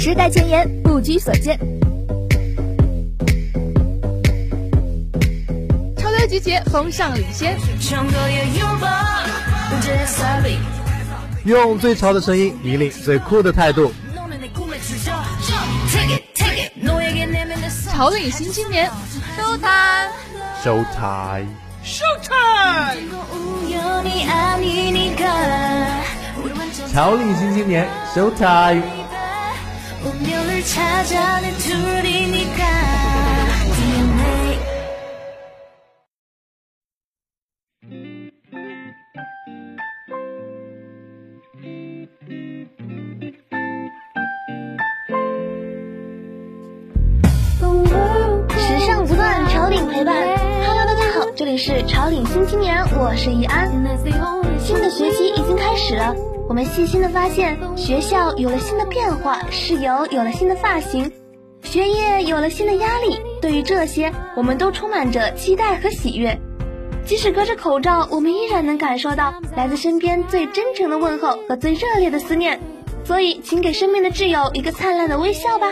时代前沿，不拘所见。 潮流集结，风尚领先。 用最潮的声音引领最酷的态度。 潮领新青年 Showtime潮领新青年 Showtime。 时尚不断，潮领陪伴。Hello， 大家好，这里是潮领新青年，我是怡安。新的学期已经开始了，我们细心的发现，学校有了新的变化，室友有了新的发型，学业有了新的压力。对于这些，我们都充满着期待和喜悦。即使隔着口罩，我们依然能感受到来自身边最真诚的问候和最热烈的思念。所以，请给身边的挚友一个灿烂的微笑吧。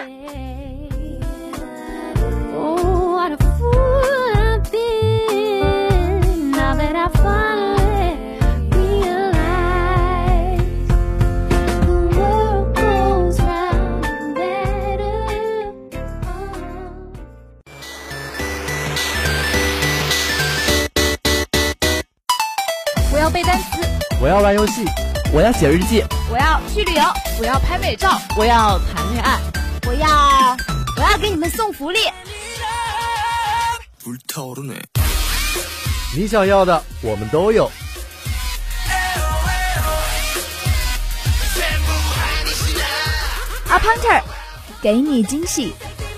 我要背单词， 我要玩游戏， 我要写日记， 我要去旅游，我要拍美照， 我要谈恋爱， 我要给你们送福利。 你想要的我们都有。 阿 Punter 给你惊喜。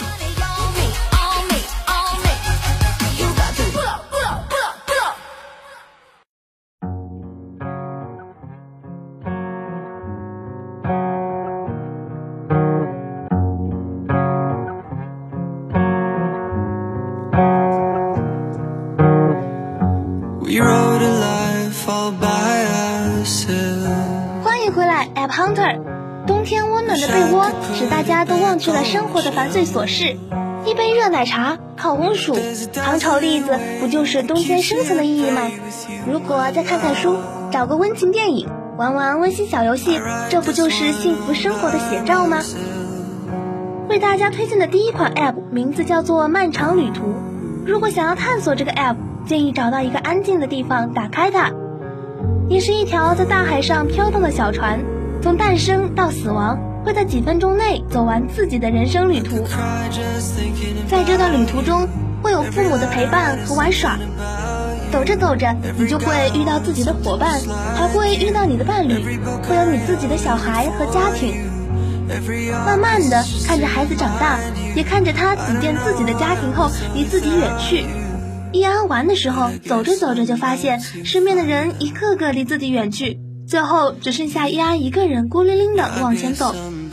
欢迎回来 App Hunter。冬天温暖的被窝使大家都忘却了生活的繁碎琐事，一杯热奶茶，烤红薯，糖炒栗子，不就是冬天生存的意义吗？如果再看看书，找个温情电影，玩玩温馨小游戏，这不就是幸福生活的写照吗？为大家推荐的第一款 App 名字叫做漫长旅途。如果想要探索这个 App， 建议找到一个安静的地方，打开它。你是一条在大海上飘动的小船，从诞生到死亡，会在几分钟内走完自己的人生旅途。在这段旅途中，会有父母的陪伴和玩耍，走着走着，你就会遇到自己的伙伴，还会遇到你的伴侣，会有你自己的小孩和家庭。慢慢的看着孩子长大，也看着他组建自己的家庭后离自己远去。一安玩的时候，走着走着就发现身边的人一个个离自己远去，最后只剩下一安一个人孤零零的往前走。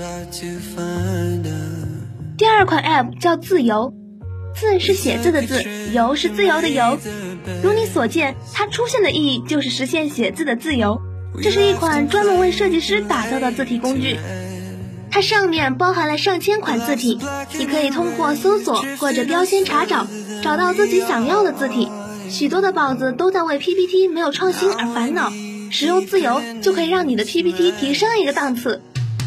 第二款 App 叫自由，字是写字的字，由是自由的由。如你所见，它出现的意义就是实现写字的自由。这是一款专门为设计师打造的字体工具，它上面包含了上千款字体，你可以通过搜索或者标签查找到自己想要的字体。许多的宝子都在为 PPT 没有创新而烦恼，使用自由就可以让你的 PPT 提升一个档次。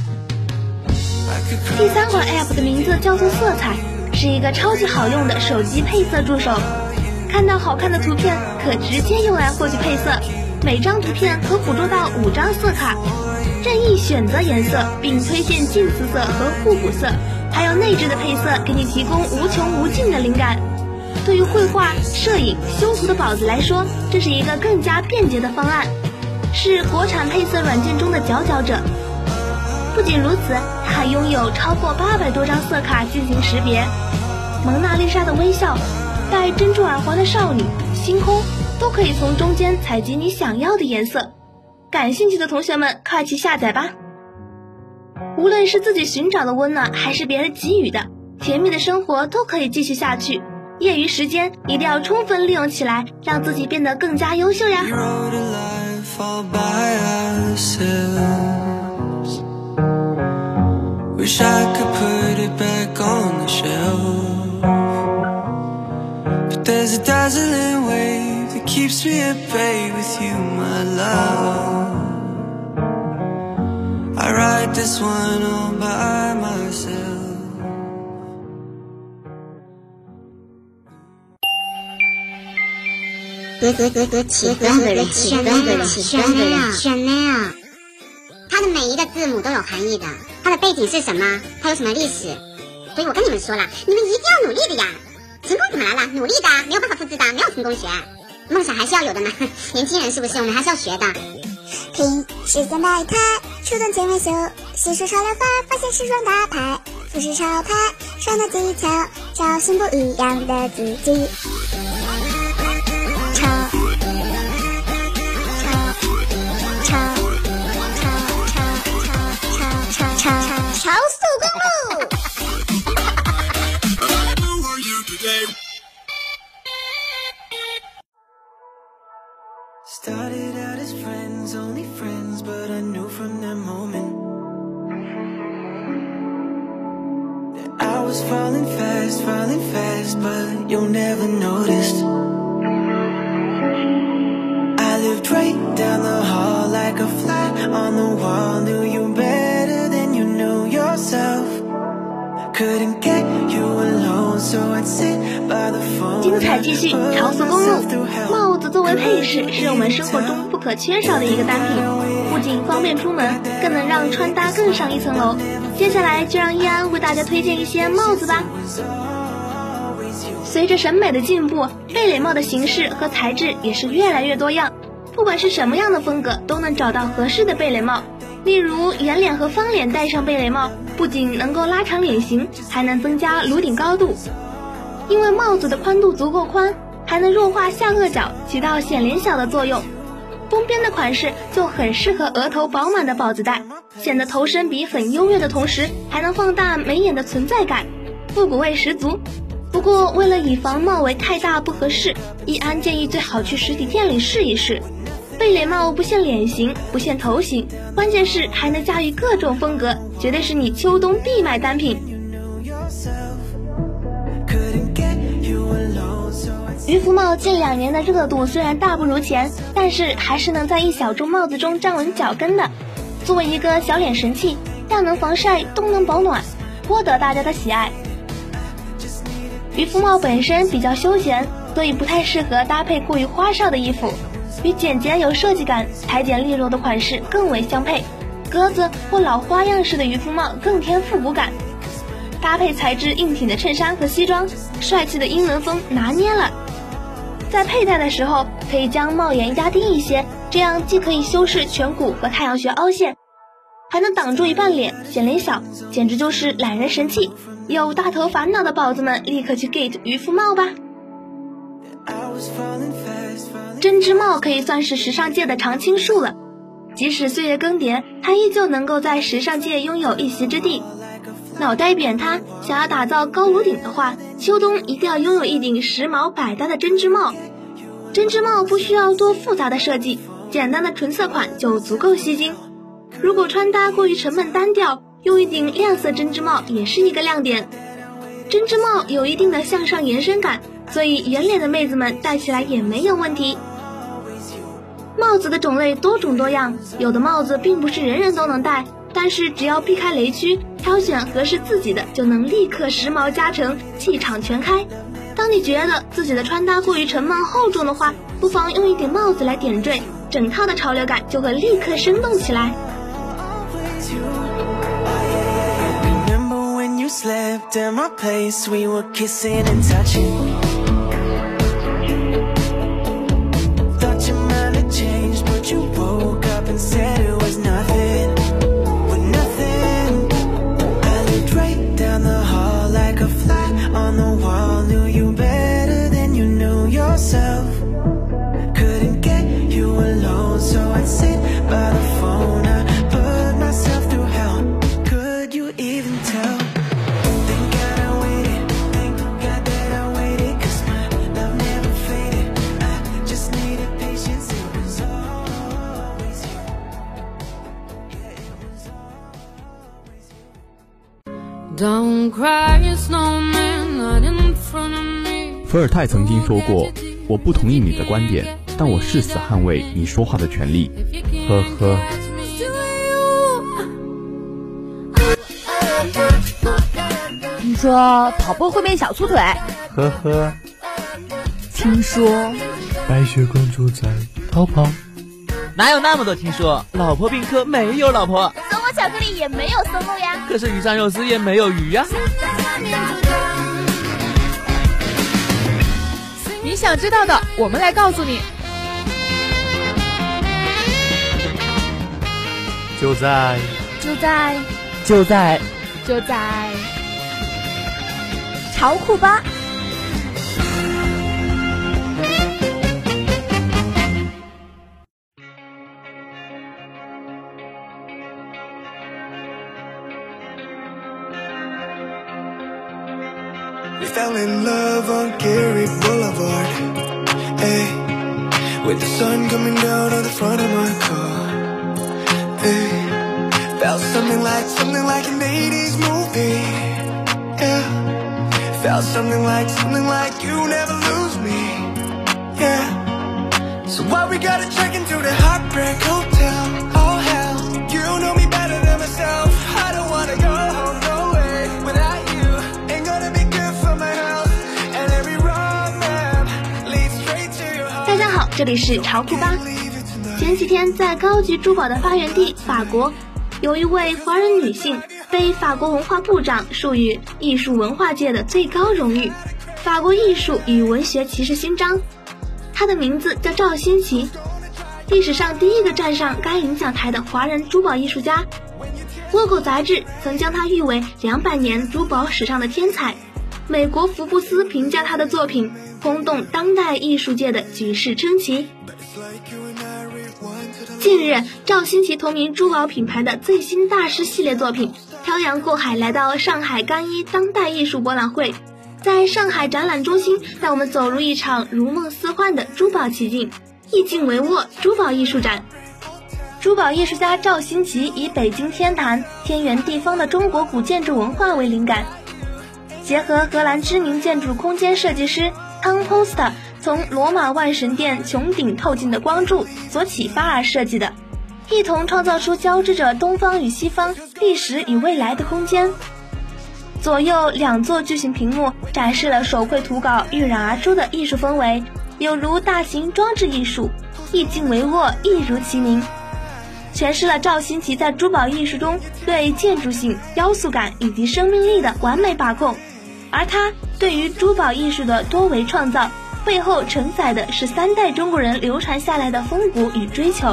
第三款 App 的名字叫做色彩，是一个超级好用的手机配色助手。看到好看的图片，可直接用来获取配色，每张图片可捕捉到5张色卡，任意选择颜色，并推荐近似色和互补色，还有内置的配色给你提供无穷无尽的灵感。对于绘画、摄影、修图的宝子来说，这是一个更加便捷的方案，是国产配色软件中的佼佼者。不仅如此，它还拥有超过800多张色卡进行识别。蒙娜丽莎的微笑，戴珍珠耳环的少女，星空，都可以从中间采集你想要的颜色。感兴趣的同学们，快去下载吧！无论是自己寻找的温暖，还是别人给予的甜蜜的生活，都可以继续下去。业余时间一定要充分利用起来，让自己变得更加优秀呀！ Wish I could put it back on the shelf, but there's a dazzling wave that keeps me at bay with you, my love. I ride this one all by myself. 起端的人 Chanel， 它的每一个字母都有含义的，它的背景是什么？它有什么历史？所以我跟你们说了，你们一定要努力的呀！成功怎么来了？努力的，没有办法复制的，没有成功学，梦想还是要有的呢。年轻人是不是？我们还是要学的。 听时间百态，初段前维修，细数潮流法，发现时装大牌，复式潮牌，双的技巧，找寻不一样的自己。潮速公路。 Started out as friends, only friends, but I knew from that moment that I was falling fast, but you never noticed. I lived right down the hall like a fly on the wall, knew you better than you knew yourself. Couldn't get you alone, so I'd sit by the phone. 精彩继续，潮速公路。帽子作为配饰，是我们生活中不可缺少的一个单品，不仅方便出门，更能让穿搭更上一层楼。接下来就让易安为大家推荐一些帽子吧。随着审美的进步，贝雷帽的形式和材质也是越来越多样，不管是什么样的风格，都能找到合适的贝雷帽。例如圆脸和方脸戴上贝雷帽，不仅能够拉长脸型，还能增加颅顶高度。因为帽子的宽度足够宽，还能弱化下颚角，起到显脸小的作用。封边的款式就很适合额头饱满的宝子戴，显得头身比很优越的同时，还能放大眉眼的存在感，复古味十足。不过为了以防帽围太大不合适，易安建议最好去实体店里试一试。贝雷帽不限脸型，不限头型，关键是还能驾驭各种风格，绝对是你秋冬必买单品。渔夫帽近2年的热度虽然大不如前，但是还是能在一小众帽子中站稳脚跟的。作为一个小脸神器，又能防晒，冬能保暖，颇得大家的喜爱。渔夫帽本身比较休闲，所以不太适合搭配过于花哨的衣服，与简洁有设计感、裁剪利落的款式更为相配。鸽子或老花样式的渔夫帽更添复古感，搭配材质硬挺的衬衫和西装，帅气的英伦风拿捏了。在佩戴的时候，可以将帽檐压低一些，这样既可以修饰颧骨和太阳穴凹陷，还能挡住一半脸，显脸小，简直就是懒人神器。有大头烦恼的宝子们，立刻去 get 渔夫帽吧。针织帽可以算是时尚界的常青树了，即使岁月更迭，它依旧能够在时尚界拥有一席之地。脑袋扁塌，想要打造高颅顶的话，秋冬一定要拥有一顶时髦百搭的针织帽。针织帽不需要多复杂的设计，简单的纯色款就足够吸睛。如果穿搭过于沉闷单调，用一顶亮色针织帽也是一个亮点。针织帽有一定的向上延伸感，所以圆脸的妹子们戴起来也没有问题。帽子的种类多种多样，有的帽子并不是人人都能戴，但是只要避开雷区，挑选合适自己的，就能立刻时髦加成，气场全开。当你觉得自己的穿搭过于沉闷厚重的话，不妨用一顶帽子来点缀，整套的潮流感就会立刻生动起来。 Slept at my place, we were kissing and touching. Thought your mind had changed, but you woke up and said it was nothing, but nothing. I lived right down the hall like a fly on the wall, knew you better than you knew yourself. Couldn't get you alone, so I'd sit by the phone. I put myself through hell. Could you even tell?Thank God I waited 伏尔泰曾经说过，我不同意你的观点，但我誓死捍卫你说话的权利。呵呵。 听说跑步会变小粗腿。 呵呵。 听说白雪公主在逃跑。 哪有那么多听说？老婆宾客没有老婆， 松露巧克力也没有松露呀。 可是鱼香肉丝也没有鱼呀。 你想知道的，我们来告诉你。 就在潮酷吧。 We fell in love on Gary Boulevard, hey, with the sun coming down on the front of my car, hey, felt something like an 80s movie, yeah, felt something like you never lose me, yeah, so why we gotta check into the Heartbreak Hotel, oh hell, you know me better than myself, I don't wanna go home, no way, without you, ain't gonna be good for my health, and every wrong map leads straight to your heart. 大家好，这里是潮酷吧。前几天在高级珠宝的发源地法国，有一位华人女性被法国文化部长授予艺术文化界的最高荣誉——法国艺术与文学骑士勋章。她的名字叫赵新奇，历史上第一个站上该领奖台的华人珠宝艺术家。倭狗杂志曾将她誉为200年珠宝史上的天才。美国福布斯评价她的作品轰动当代艺术界的举世称奇。近日，赵新奇同名珠宝品牌的最新大师系列作品漂洋过海来到上海干一当代艺术博览会，在上海展览中心带我们走入一场如梦似幻的珠宝奇境——意境帷幄珠宝艺术展。珠宝艺术家赵新奇以北京天坛天圆地方的中国古建筑文化为灵感，结合荷兰知名建筑空间设计师汤普斯特从罗马万神殿穹顶透进的光柱所启发而设计的，一同创造出交织着东方与西方、历史与未来的空间。左右2座巨型屏幕展示了手绘图稿晕染而出的艺术氛围，有如大型装置艺术，意境帷幄，一如其名，诠释了赵新奇在珠宝艺术中对建筑性、雕塑感以及生命力的完美把控。而他对于珠宝艺术的多维创造，背后承载的是3代中国人流传下来的风骨与追求。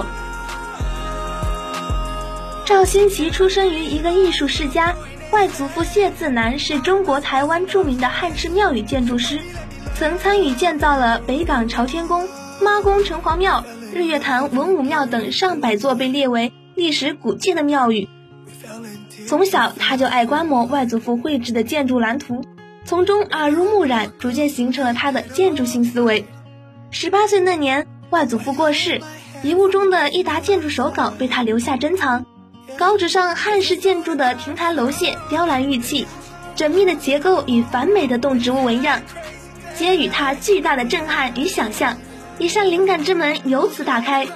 赵新奇出生于一个艺术世家，外祖父谢自南是中国台湾著名的汉式庙宇建筑师，曾参与建造了北港朝天宫、妈宫城隍庙、日月潭文武庙等上百座被列为历史古迹的庙宇。从小他就爱观摩外祖父绘制的建筑蓝图，从中耳濡目染，逐渐形成了他的建筑性思维。18岁那年，外祖父过世，遗物中的一沓建筑手稿被他留下珍藏。稿纸上汉式建筑的亭台楼榭雕栏玉砌，缜密的结构与繁美的动植物纹样，皆予他巨大的震撼与想象，一扇灵感之门由此打开。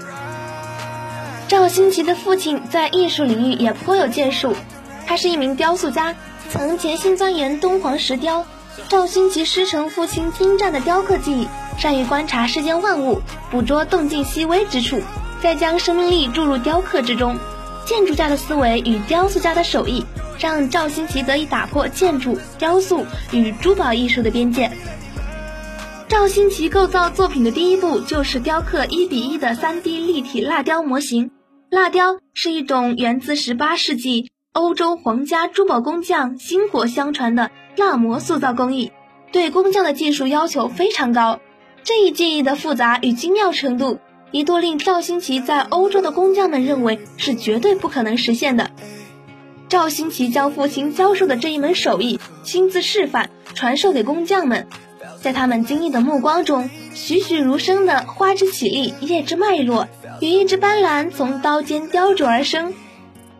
赵新奇的父亲在艺术领域也颇有建树，他是一名雕塑家，曾潜心钻研敦煌石雕。赵新奇师承父亲精湛的雕刻技艺，善于观察世间万物，捕捉动静细微之处，再将生命力注入雕刻之中。建筑家的思维与雕塑家的手艺，让赵新奇得以打破建筑、雕塑与珠宝艺术的边界。赵新奇构造作品的第一步就是雕刻1:1的3D 立体蜡雕模型。蜡雕是一种源自18世纪欧洲皇家珠宝工匠薪火相传的蜡模塑造工艺，对工匠的技术要求非常高。这一技艺的复杂与精妙程度，一度令赵新奇在欧洲的工匠们认为是绝对不可能实现的。赵新奇将父亲教授的这一门手艺亲自示范，传授给工匠们，在他们惊异的目光中，栩栩如生的花之绮丽，叶之脉络，羽翼之斑斓从刀尖雕琢而生。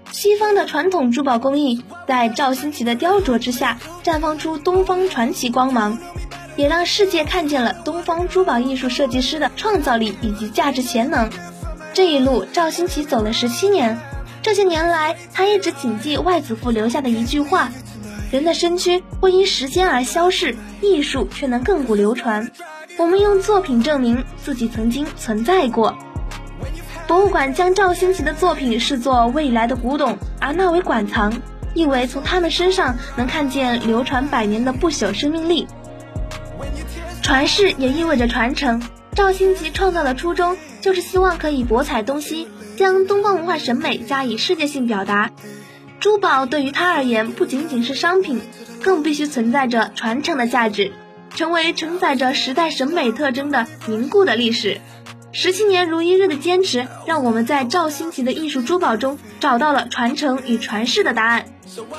西方的传统珠宝工艺在赵新奇的雕琢之下绽放出东方传奇光芒，也让世界看见了东方珠宝艺术设计师的创造力以及价值潜能。这一路赵新奇走了17年，这些年来他一直谨记外祖父留下的一句话：人的身躯会因时间而消逝，艺术却能亘古流传。我们用作品证明自己曾经存在过。博物馆将赵新奇的作品视作未来的古董，而纳为馆藏，意为从他们身上能看见流传100年的不朽生命力。传世也意味着传承，赵新奇创造的初衷就是希望可以博采东西，将东方文化审美加以世界性表达。珠宝对于他而言不仅仅是商品，更必须存在着传承的价值，成为承载着时代审美特征的凝固的历史。17年如一日的坚持，让我们在赵新奇的艺术珠宝中找到了传承与传世的答案。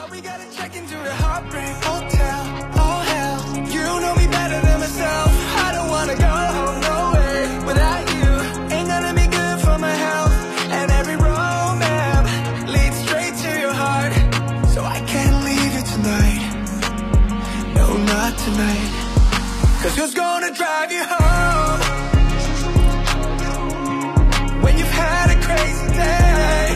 Cause who's gonna drive you home when you've had a crazy day?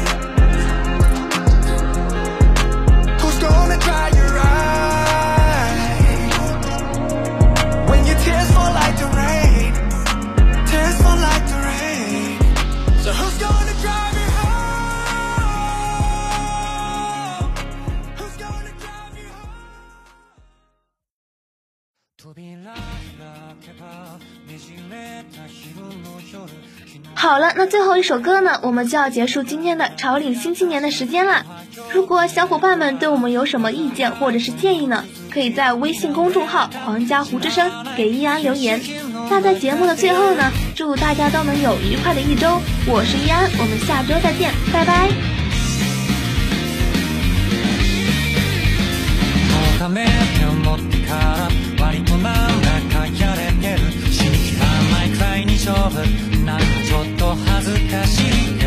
Who's gonna dry your eyes when your tears fall like the rain? Tears fall like the rain. So who's gonna drive you home? Who's gonna drive you home? 好了，那最后一首歌呢，我们就要结束今天的潮领新青年的时间了。如果小伙伴们对我们有什么意见或者是建议呢，可以在微信公众号皇家湖之声给易安留言。那在节目的最后呢，祝大家都能有愉快的一周。我是易安，我们下周再见，拜拜。 なんかちょっと恥ずかしい